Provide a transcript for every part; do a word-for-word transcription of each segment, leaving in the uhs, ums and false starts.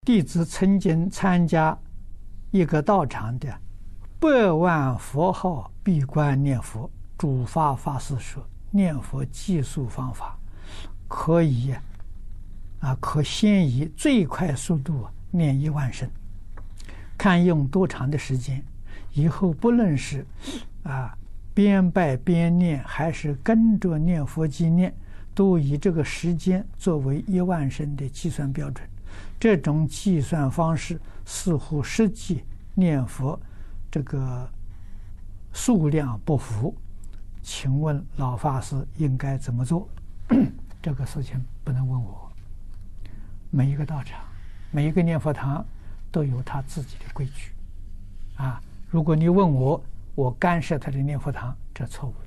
弟子曾经参加一个道场的百万佛号闭关念佛，主法法师说，念佛计数方法可以啊，可先以最快速度念一万声，看用多长的时间。以后不论是啊边拜边念，还是跟着念佛机念，都以这个时间作为一万声的计算标准。这种计算方式似乎实际念佛这个数量不符，请问老法师应该怎么做？这个事情不能问我。每一个道场，每一个念佛堂都有他自己的规矩啊。如果你问我，我干涉他的念佛堂，这错误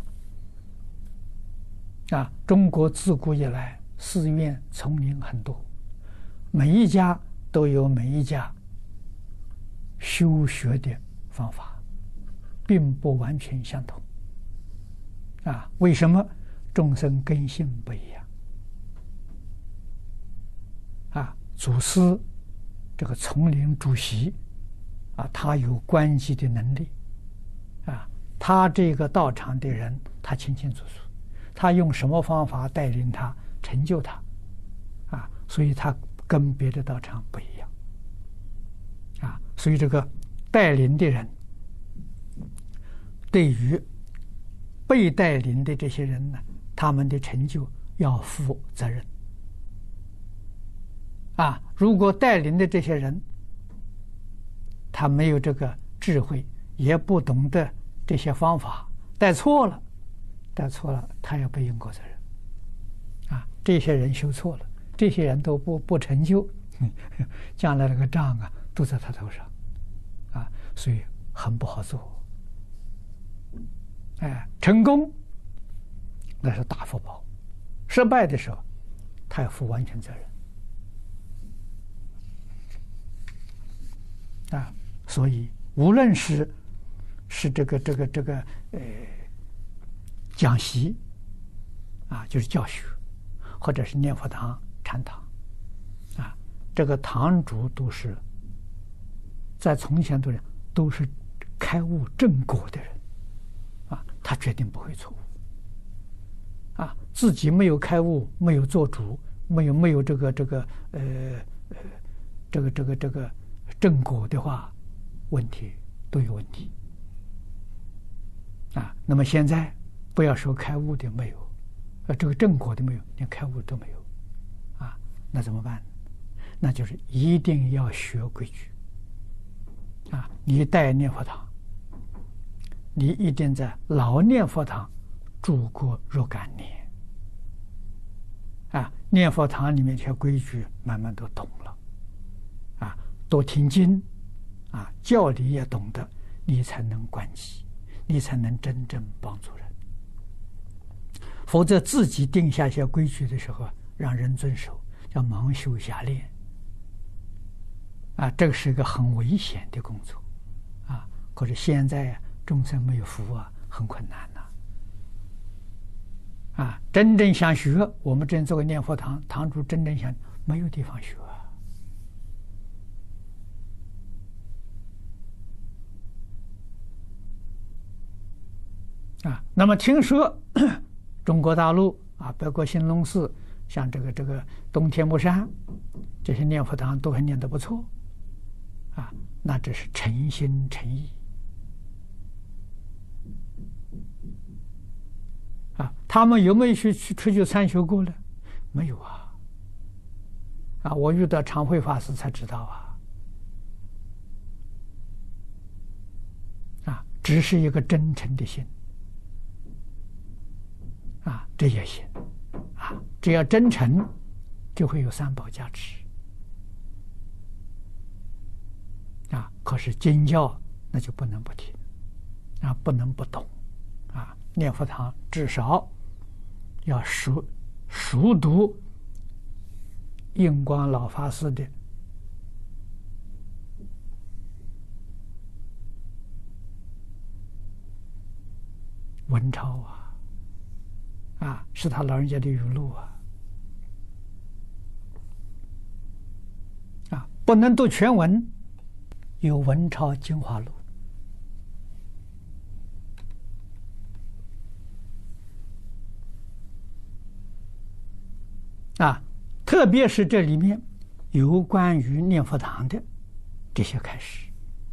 的啊。中国自古以来寺院丛林很多，每一家都有每一家修学的方法，并不完全相同啊。为什么？众生根性不一样啊。祖师这个丛林主席啊，他有关系的能力啊，他这个道场的人他清清楚楚，他用什么方法带领他成就他啊，所以他跟别的道场不一样啊。所以这个带领的人对于被带领的这些人呢，他们的成就要负责任啊。如果带领的这些人他没有这个智慧，也不懂得这些方法，带错了带错了他也不应负责任啊。这些人修错了，这些人都不不成就，将来那个账啊都在他头上啊，所以很不好做。哎，成功那是大福报，失败的时候他要负完全责任啊。所以无论是是这个这个这个呃讲习啊，就是教学，或者是念佛堂禅堂啊，这个堂主都是在从前的人都是开悟正果的人啊，他决定不会错误啊。自己没有开悟，没有做主，没有没有这个这个呃呃这个这个这个正果的话，问题都有问题啊。那么现在不要说开悟的没有，呃，这个正果的没有，连开悟都没有啊，那怎么办？那就是一定要学规矩啊。你带念佛堂，你一定在老念佛堂住过若干年啊，念佛堂里面这些规矩慢慢都懂了啊，多听经啊，教理也懂得，你才能观机，你才能真正帮助人。否则自己定下一些规矩的时候，让人遵守，叫盲修瞎练啊，这个是一个很危险的工作啊。可是现在啊，众生没有福啊，很困难呐啊, 啊。真正想学，我们真做个念佛堂，堂主真正想没有地方学啊。啊，那么听说中国大陆啊，包括兴隆寺，像这个这个东天目山，这些念佛堂都还念得不错啊，那这是诚心诚意啊。他们有没有去去出去参学过呢？没有啊。啊，我遇到常慧法师才知道啊。啊，只是一个真诚的心。啊，这也行啊！只要真诚，就会有三宝加持啊。可是经教那就不能不听啊，不能不懂啊。念佛堂至少要熟熟读印光老法师的文钞啊。啊，是他老人家的语录啊！啊， 不能读全文，有《文钞精华录》啊，特别是这里面有关于念佛堂的这些开始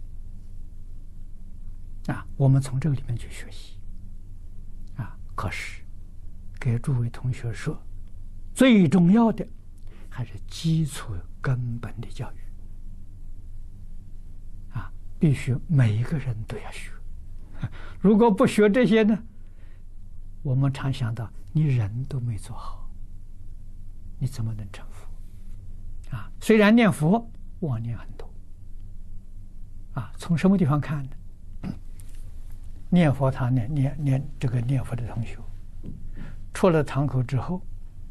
啊，我们从这个里面去学习啊。可是给诸位同学说，最重要的还是基础根本的教育啊，必须每一个人都要学。如果不学这些呢，我们常想到你人都没做好，你怎么能成佛啊？虽然念佛妄念很多啊，从什么地方看呢？念佛堂念念念这个念佛的同学，出了堂口之后，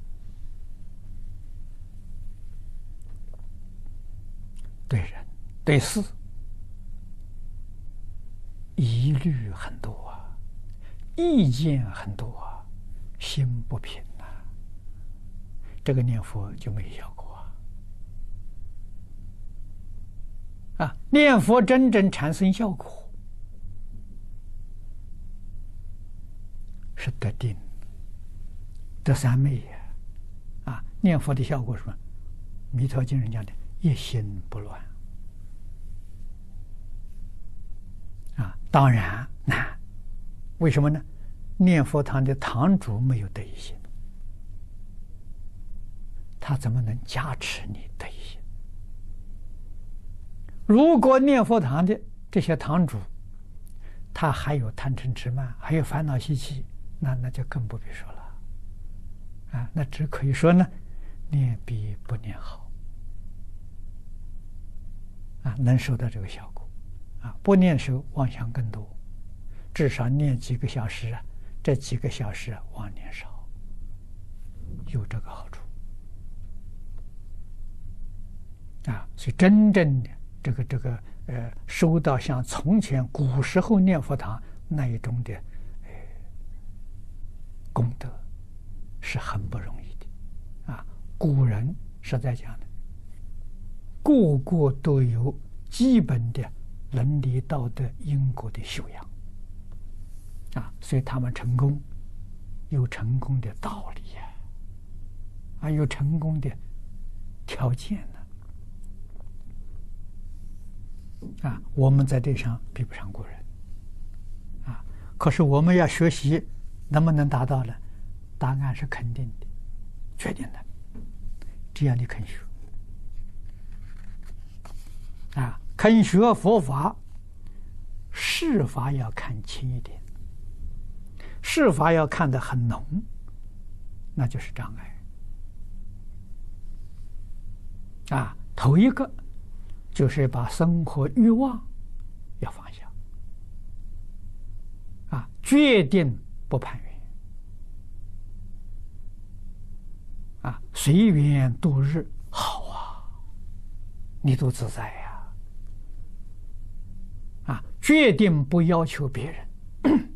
对人对事疑虑很多啊，意见很多啊，心不平呐、啊，这个念佛就没效果啊！啊，念佛真正产生效果是得定、得三昧呀！啊，念佛的效果是什么？弥陀经人讲的一心不乱啊，当然难，为什么呢？念佛堂的堂主没有得一心，他怎么能加持你得一心？如果念佛堂的这些堂主，他还有贪嗔痴慢，还有烦恼习气，那那就更不必说了啊！那只可以说呢，念比不念好啊，能收到这个效果啊。不念时候妄想更多，至少念几个小时啊，这几个小时啊妄念少，有这个好处啊。所以真正的这个这个呃，收到像从前古时候念佛堂那一种的呃功德，是很不容易的啊。古人实在讲的，个个都有基本的伦理道德因果的修养啊，所以他们成功有成功的道理呀、啊，啊，有成功的条件呢。啊，我们在这上比不上古人啊。可是我们要学习，能不能达到呢？答案是肯定的，确定的。只要你肯学啊，肯学佛法，事法要看轻一点，事法要看得很浓，那就是障碍啊。头一个就是把生活欲望要放下啊，决定不攀缘啊，随缘度日，好啊，你都自在呀！啊，决定不要求别人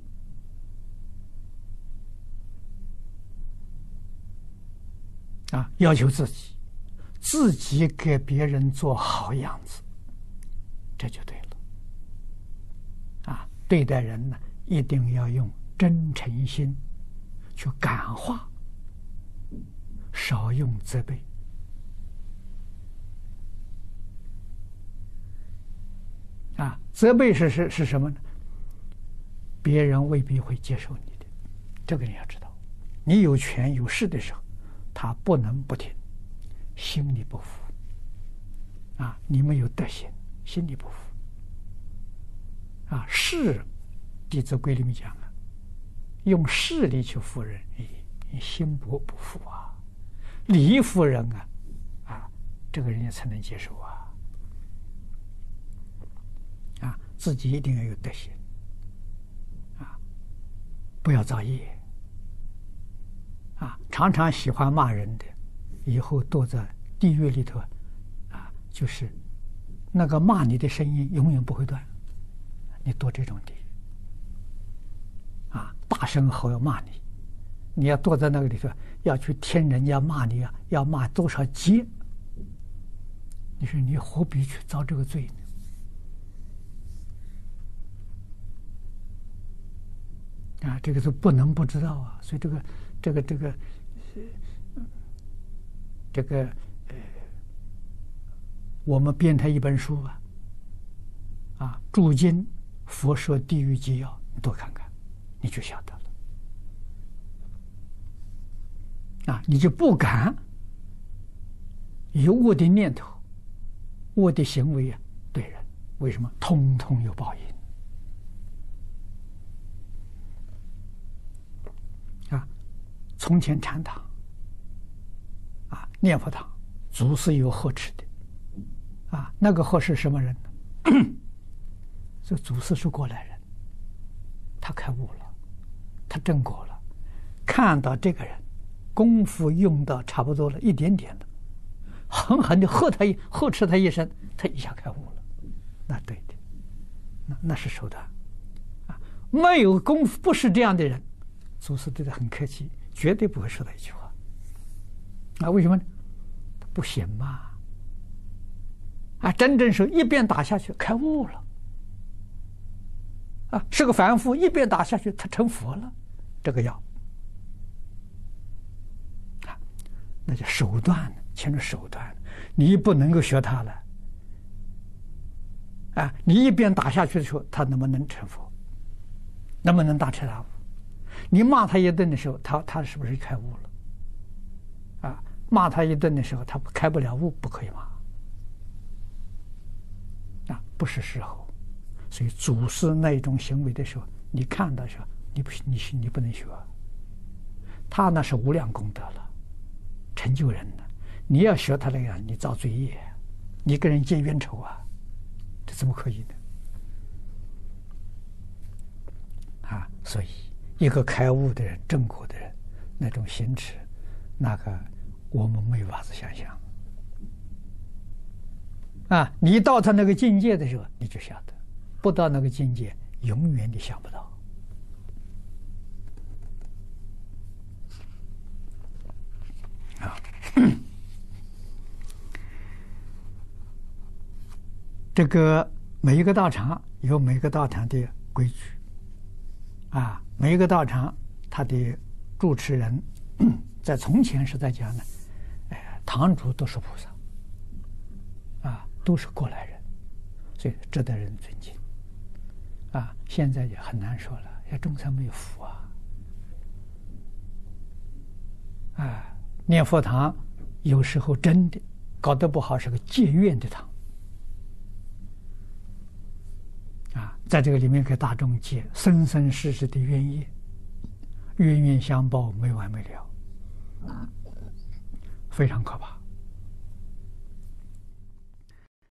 啊，要求自己。自己给别人做好样子，这就对了啊！对待人呢，一定要用真诚心去感化，少用责备啊！责备是是是什么呢？别人未必会接受你的，这个你要知道。你有权有势的时候，他不能不听。心里不服啊！你们有德行，心里不服啊！势，《弟子规》里面讲啊，用势力去服人，你心不不服啊，理服人啊，啊，这个人家才能接受啊！啊，自己一定要有德行啊，不要造业啊！常常喜欢骂人的，以后躲在地狱里头啊，就是那个骂你的声音永远不会断，你躲这种地狱啊，大声吼要骂你，你要躲在那个里头，要去听人家骂你啊，要骂多少劫， 你说你何必去遭这个罪呢？啊，这个是不能不知道啊。所以这个这个这个这个呃，我们编排一本书啊，啊，注经佛说地狱纪要，你多看看，你就晓得了。啊，你就不敢有恶的念头、恶的行为啊对人，为什么？通通有报应。啊，从前禅堂啊，念佛堂，祖师有呵斥的。啊，那个呵是什么人呢？这祖师是过来人，他开悟了，他正果了，看到这个人功夫用到差不多了，一点点了，狠狠的呵他一呵斥他一声，他一下开悟了。那对的，那那是手段啊。没有功夫，不是这样的人，祖师对他很客气，绝对不会说他一句话。啊，为什么呢？他不行嘛。啊，真正是一边打下去开悟了，啊，是个凡夫，一边打下去他成佛了，这个要啊，那叫手段，牵着手段，你不能够学他了，啊，你一边打下去的时候，他能不能成佛？能不能大彻大悟？你骂他一顿的时候，他他是不是开悟了？啊，骂他一顿的时候，他开不了悟，不可以骂。啊，不是时候，所以祖师那种行为的时候，你看到时候，你不你你不能学，他那是无量功德了，成就人了。你要学他那样，你造罪业，你跟人结冤仇啊，这怎么可以呢？啊，所以一个开悟的人、正果的人，那种行持，那个我们没法子想象。啊，你到他那个境界的时候，你就晓得；不到那个境界，永远你想不到。啊，这个每一个道场有每个道场的规矩，啊，每一个道场他的主持人，在从前是在讲呢，哎，堂主都是菩萨。啊，都是过来人，所以值得人尊敬。啊，现在也很难说了，要众生没有福啊。啊，念佛堂有时候真的搞得不好，是个结怨的堂。啊，在这个里面给大众结生生世世的冤业，冤冤相报，没完没了，非常可怕。